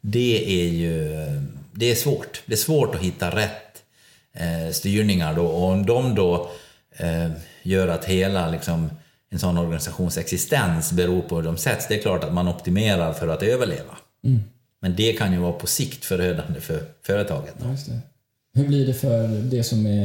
Det är svårt. Det är svårt att hitta rätt styrningar då. Och om de då gör att hela liksom en sån organisations existens beror på hur de sätts. Det är klart att man optimerar för att överleva. Men det kan ju vara på sikt förödande för företaget. Ja, just det. Hur blir det för det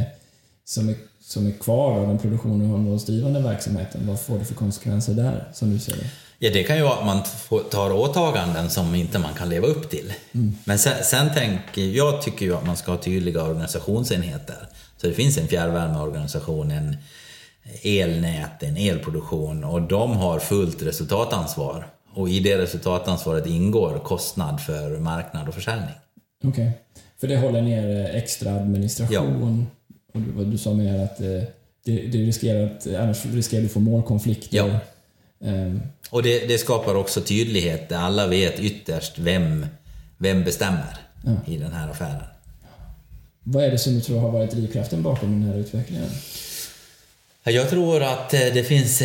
som är kvar av den produktionen och hållbarhetsdrivande verksamheten? Vad får det för konsekvenser där, som du ser det? Ja, det kan ju vara att man tar åtaganden som inte man kan leva upp till. Men sen jag tycker ju att man ska ha tydliga organisationsenheter. Så det finns en fjärrvärmeorganisation, en elnät, en elproduktion, och de har fullt resultatansvar. Och i det resultatansvaret ingår kostnad för marknad och försäljning. Okej. För det håller ner extra administration. Ja. Och du sa mer att annars riskerar du få målkonflikter. Ja. Och det skapar också tydlighet. Alla vet ytterst vem bestämmer i den här affären. Vad är det som du tror har varit drivkraften bakom den här utvecklingen? Jag tror att det finns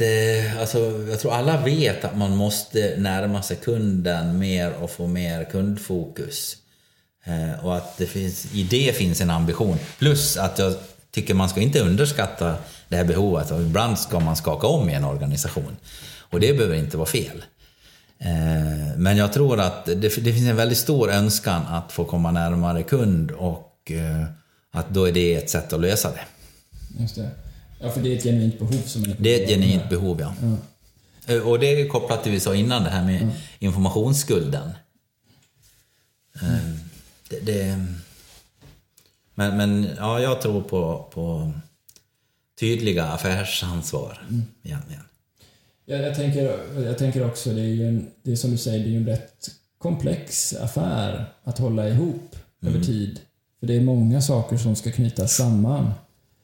jag tror alla vet att man måste närma sig kunden mer och få mer kundfokus. Och att i det finns en ambition. Plus att jag tycker man ska inte underskatta det här behovet. Och ibland ska man skaka om i en organisation. Och det behöver inte vara fel. Men jag tror att det finns en väldigt stor önskan att få komma närmare kund. Och att då är det ett sätt att lösa det. Just det. Ja, för det är ett genuint behov Det är ett genuint behov, ja. Och det är kopplat till vi sa innan, det här med informationsskulden. Men ja, jag tror på tydliga affärsansvar. Igen. Ja, jag tänker också, det är som du säger, det är ju en rätt komplex affär att hålla ihop över tid. För det är många saker som ska knytas samman.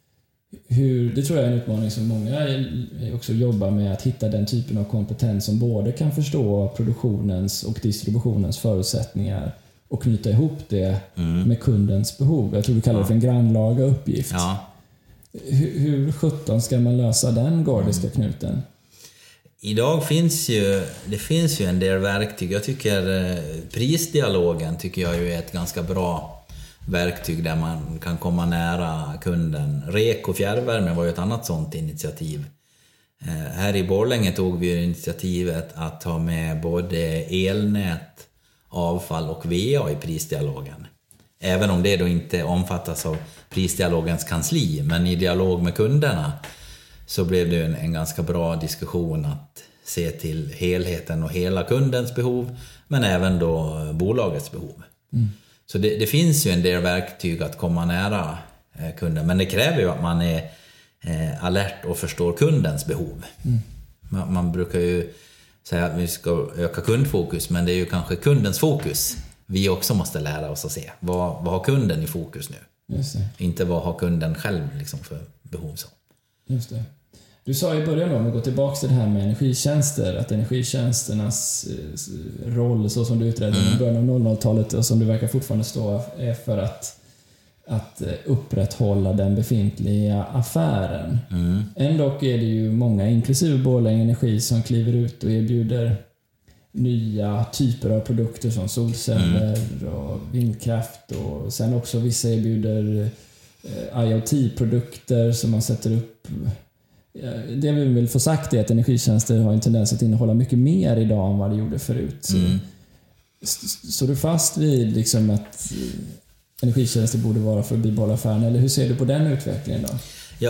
Det tror jag är en utmaning som många också jobbar med, att hitta den typen av kompetens som både kan förstå produktionens och distributionens förutsättningar och knyta ihop det med kundens behov. Jag tror vi kallar det för en grannlaga uppgift. Ja. Hur 17 ska man lösa den gordiska knuten? Idag finns ju en del verktyg. Jag tycker prisdialogen tycker jag är ett ganska bra verktyg där man kan komma nära kunden. Reko fjärrvärme var ju ett annat sånt initiativ. Här i Borlänge tog vi initiativet att ta med både elnät, avfall och VA i prisdialogen. Även om det då inte omfattas av prisdialogens kansli, men i dialog med kunderna så blev det en ganska bra diskussion att se till helheten och hela kundens behov, men även då bolagets behov. Så det finns ju en del verktyg att komma nära kunden, men det kräver ju att man är alert och förstår kundens behov. Man brukar ju säga att vi ska öka kundfokus, men det är ju kanske kundens fokus vi också måste lära oss att se. Vad har kunden i fokus nu? Just det. Inte vad har kunden själv liksom för behov. Så. Just det. Du sa i början, om vi går tillbaka till det här med energitjänster, att energitjänsternas roll så som du utredde i början av 00-talet och som du verkar fortfarande stå är för att upprätthålla den befintliga affären. Ändå är det ju många, inklusive Borlänge Energi, som kliver ut och erbjuder nya typer av produkter som solceller och vindkraft, och sen också vissa erbjuder IoT-produkter som man sätter upp. Det vi vill få sagt är att energitjänster har en tendens att innehålla mycket mer idag än vad det gjorde förut. Så du fast vid liksom att energitjänster borde vara för att bibehålla affären, eller hur ser du på den utvecklingen då?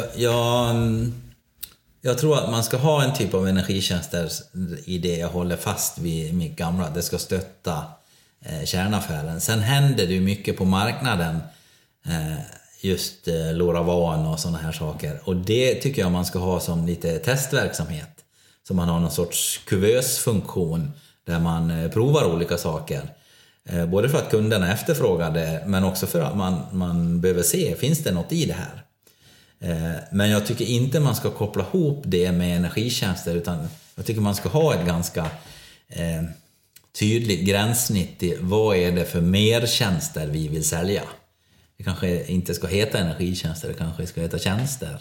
Jag tror att man ska ha en typ av energitjänster i det jag håller fast vid mitt gamla. Det ska stötta kärnaffären. Sen händer det ju mycket på marknaden, just LoRaWAN och sådana här saker. Och det tycker jag man ska ha som lite testverksamhet. Så man har någon sorts kuvösfunktion där man provar olika saker. Både för att kunderna efterfrågar det, men också för att man behöver se, finns det något i det här? Men jag tycker inte man ska koppla ihop det med energitjänster, utan jag tycker man ska ha ett ganska tydligt gränssnitt i vad är det för mertjänster vi vill sälja. Det kanske inte ska heta energitjänster, det kanske ska heta tjänster.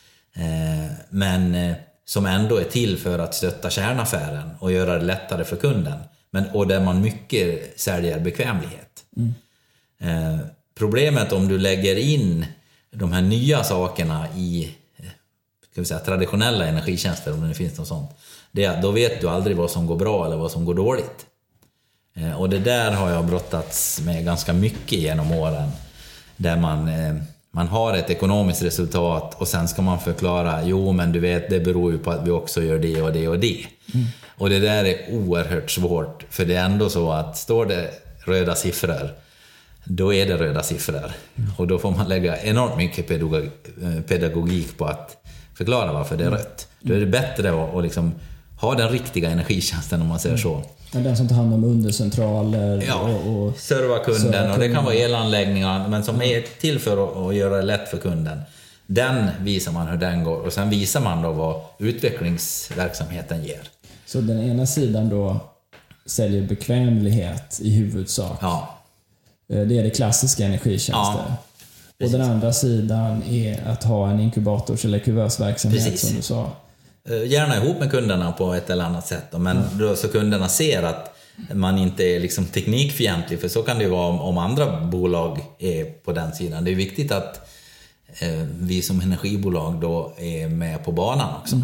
Men som ändå är till för att stötta kärnaffären och göra det lättare för kunden. Och där man mycket säljer bekvämlighet. Problemet om du lägger in de här nya sakerna i, ska vi säga, traditionella energitjänster, om det finns något sånt, då vet du aldrig vad som går bra eller vad som går dåligt. Och det där har jag brottats med ganska mycket genom åren, där man har ett ekonomiskt resultat och sen ska man förklara, jo men du vet, det beror ju på att vi också gör det och det och det. Och det där är oerhört svårt, för det är ändå så att står det röda siffror, då är det röda siffror. Och då får man lägga enormt mycket pedagogik på att förklara varför det är rött. Då är det bättre att liksom ha den riktiga energitjänsten, om man säger så. Den som tar hand om undercentraler och serva kunden, och det kan vara elanläggningar, men som är till för att göra det lätt för kunden. Den visar man hur den går, och sen visar man då vad utvecklingsverksamheten ger. Så den ena sidan då säljer bekvämlighet i huvudsak. Ja. Det är det klassiska energitjänster. Ja, och den andra sidan är att ha en inkubators- eller kuvösverksamhet, som du sa. Gärna ihop med kunderna på ett eller annat sätt. Men då, så kunderna ser att man inte är liksom teknikfientlig. För så kan det ju vara om andra bolag är på den sidan. Det är viktigt att vi som energibolag då är med på banan också.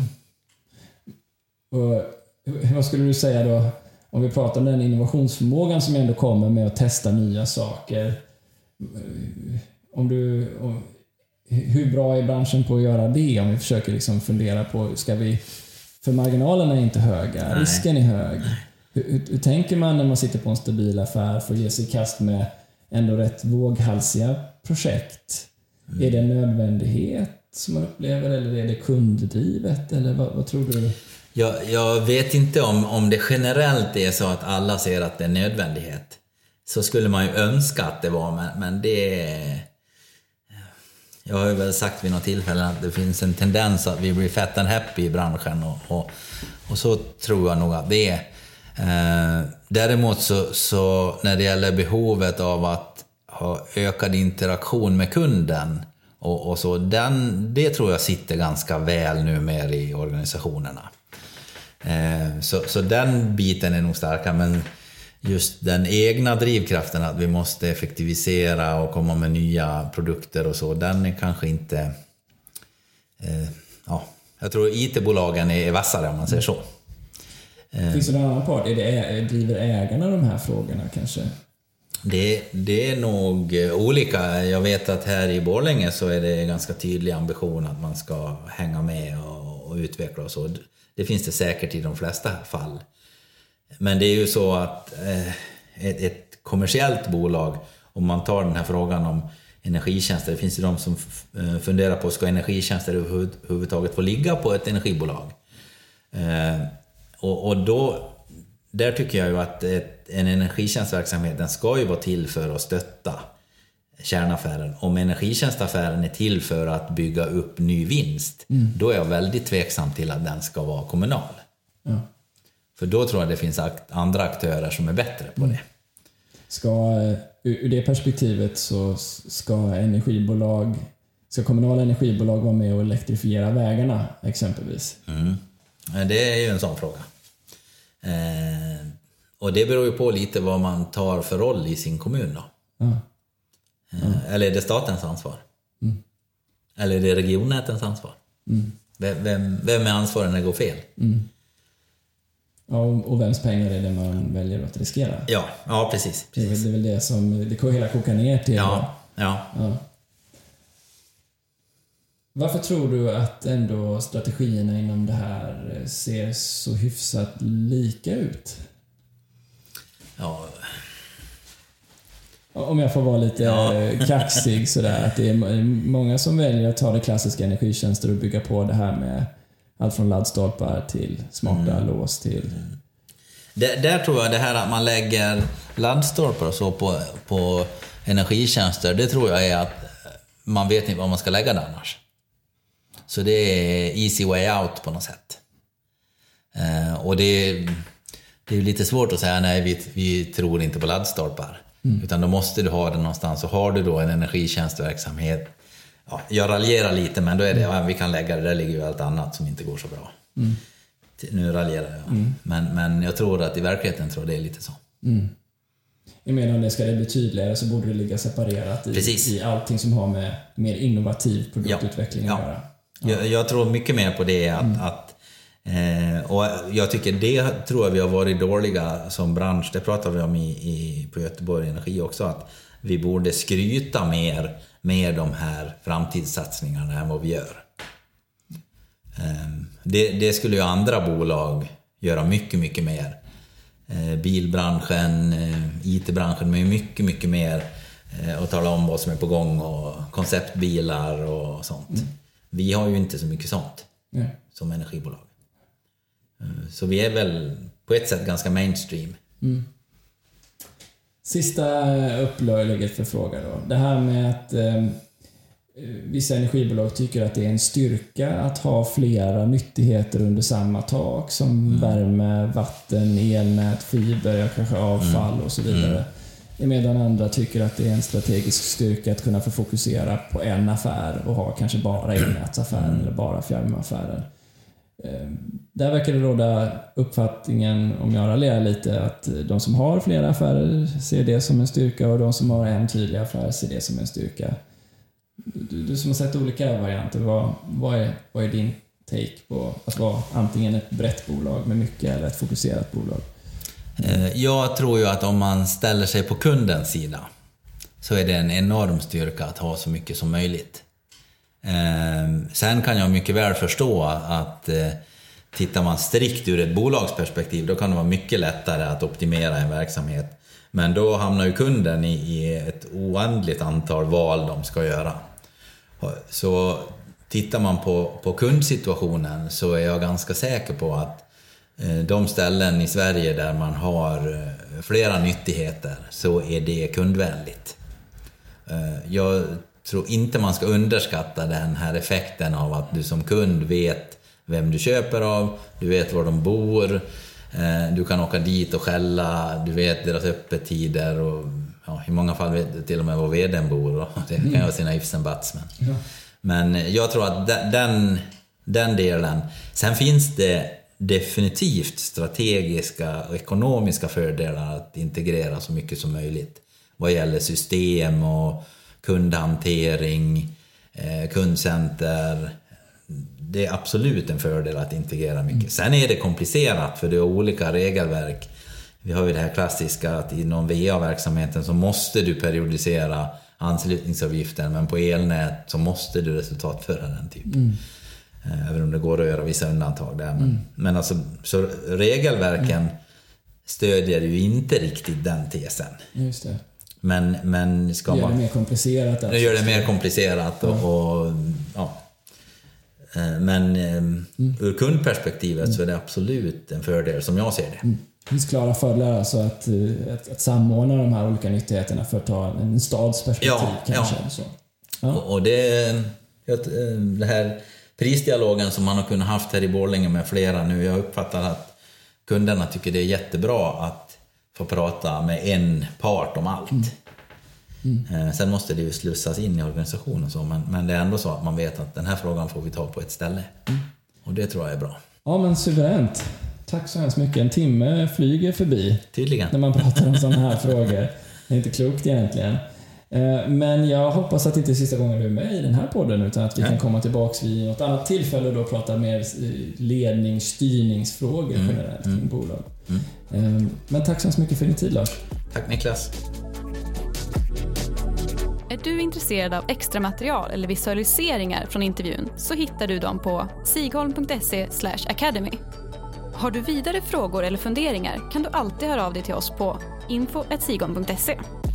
Och vad skulle du säga då, om vi pratar om den innovationsförmågan som ändå kommer med att testa nya saker? Hur bra är branschen på att göra det, om vi försöker liksom fundera på, för marginalerna är inte höga, risken är hög. Hur tänker man när man sitter på en stabil affär för att ge sig i kast med ändå rätt våghalsiga projekt? Är det en nödvändighet som man upplever, eller är det kunddrivet, eller vad tror du? Jag vet inte om det generellt är så att alla ser att det är nödvändighet. Så skulle man ju önska att det var, men det är... Jag har ju väl sagt vid något tillfälle att det finns en tendens att vi blir fat and happy i branschen och så tror jag nog att det är. Däremot så när det gäller behovet av att ha ökad interaktion med kunden och så, det tror jag sitter ganska väl nu mer i organisationerna. Så den biten är nog starka, men just den egna drivkraften att vi måste effektivisera och komma med nya produkter och så, den är kanske inte... jag tror IT-bolagen är vassare om man säger så. Finns det någon annan part? Driver ägarna de här frågorna kanske? Det är nog olika. Jag vet att här i Borlänge så är det ganska tydlig ambition att man ska hänga med och utveckla och så. Det finns det säkert i de flesta fall. Men det är ju så att ett kommersiellt bolag, om man tar den här frågan om energitjänster, det finns ju de som funderar på, ska energitjänster överhuvudtaget få ligga på ett energibolag? Och då, där tycker jag ju att en energitjänstverksamhet, den ska ju vara till för att stötta kärnaffären. Om energitjänstaffären är till för att bygga upp ny vinst, då är jag väldigt tveksam till att den ska vara kommunal. Ja. För då tror jag det finns andra aktörer som är bättre på det. Ur det perspektivet så ska kommunala energibolag vara med och elektrifiera vägarna exempelvis? Det är ju en sån fråga. Och det beror ju på lite vad man tar för roll i sin kommun då. Eller är det statens ansvar? Eller är det regionnätens ansvar? Vem är ansvarig när det går fel? Ja, och vems pengar är det man väljer att riskera? Ja, precis. Det är väl det som det hela kokar ner till. Ja. Varför tror du att ändå strategierna inom det här ser så hyfsat lika ut? Ja. Om jag får vara lite kaxig sådär, att det är många som väljer att ta det klassiska energitjänster och bygga på det här med allt från laddstolpar till smarta lås till... Där tror jag det här att man lägger laddstolpar och så på energitjänster, det tror jag är att man vet inte vad man ska lägga det annars. Så det är easy way out på något sätt. Och det är lite svårt att säga nej, vi tror inte på laddstolpar. Utan då måste du ha det någonstans. Så har du då en energitjänstverksamhet, jag raljerar lite, men då är det vi kan lägga det, där ligger ju allt annat som inte går så bra. Nu raljerar jag. Men jag tror att i verkligheten tror jag det är lite så. Jag menar, om det ska bli tydligare så borde det ligga separerat i allting som har med mer innovativ produktutveckling att göra. Jag tror mycket mer på det och jag tycker det tror jag vi har varit dåliga som bransch. Det pratar vi om på Göteborg Energi också, att vi borde skryta mer med de här framtidssatsningarna än vad vi gör. Det skulle ju andra bolag göra mycket, mycket mer. Bilbranschen, IT-branschen med mycket, mycket mer och tala om vad som är på gång och konceptbilar och sånt. Vi har ju inte så mycket sånt som energibolag. Så vi är väl på ett sätt ganska mainstream. Sista upplägget för fråga då. Det här med att vissa energibolag tycker att det är en styrka att ha flera nyttigheter under samma tak, som värme, vatten, elnät, fiber, kanske avfall och så vidare. Medan andra tycker att det är en strategisk styrka att kunna få fokusera på en affär och ha kanske bara elnätsaffären eller bara fjärrvärmeaffären. Där verkar det råda uppfattningen, om jag raljerar lite, att de som har flera affärer ser det som en styrka och de som har en tydlig affär ser det som en styrka. Du som har sett olika varianter, vad är din take på att vara antingen ett brett bolag med mycket eller ett fokuserat bolag? Jag tror ju att om man ställer sig på kundens sida så är det en enorm styrka att ha så mycket som möjligt. Sen kan jag mycket väl förstå att tittar man strikt ur ett bolagsperspektiv, då kan det vara mycket lättare att optimera en verksamhet. Men då hamnar ju kunden i ett oändligt antal val de ska göra. Så tittar man på kundsituationen så är jag ganska säker på att de ställen i Sverige där man har flera nyttigheter så är det kundvänligt. Jag tror inte man ska underskatta den här effekten av att du som kund vet vem du köper av, du vet var de bor, du kan åka dit och skälla, du vet deras öppettider och i många fall vet du till och med var vdn bor och det kan ju ha sina ifs and buts. Men jag tror att den delen, sen finns det definitivt strategiska och ekonomiska fördelar att integrera så mycket som möjligt vad gäller system och kundhantering, kundcenter. Det är absolut en fördel att integrera mycket. Sen är det komplicerat för det är olika regelverk. Vi har ju det här klassiska att inom VA-verksamheten så måste du periodisera anslutningsavgiften, men på elnät så måste du resultatföra den typ. Även om det går att göra vissa undantag där. Men alltså, så regelverken stödjer ju inte riktigt den tesen. Just det. Men ska man... Gör det mer komplicerat. Det gör det mer komplicerat och men ur kundperspektivet så är det absolut en fördel som jag ser det. Det finns klara fördelar alltså att samordna de här olika nyttigheterna för att ta en stads perspektiv kanske. Så. Ja. Och det här prisdialogen som man har kunnat haft här i Borlänge med flera nu, jag uppfattar att kunderna tycker det är jättebra att få prata med en part om allt. Sen måste det ju slussas in i organisationen och så, men det är ändå så att man vet att den här frågan får vi ta på ett ställe. Och det tror jag är bra. Ja, men suveränt. Tack så hemskt mycket. En timme flyger förbi. Tydligen. När man pratar om sådana här frågor. Det är inte klokt egentligen. Men jag hoppas att det inte är sista gången du är med i den här podden, utan att vi kan komma tillbaka vid något annat tillfälle och då prata mer styrningsfrågor generellt kring bolag. Men tack så hemskt mycket för din tid, Lars. Tack Niklas. Är du intresserad av extra material eller visualiseringar från intervjun så hittar du dem på sigholm.se/academy. Har du vidare frågor eller funderingar kan du alltid höra av dig till oss på info@sigholm.se.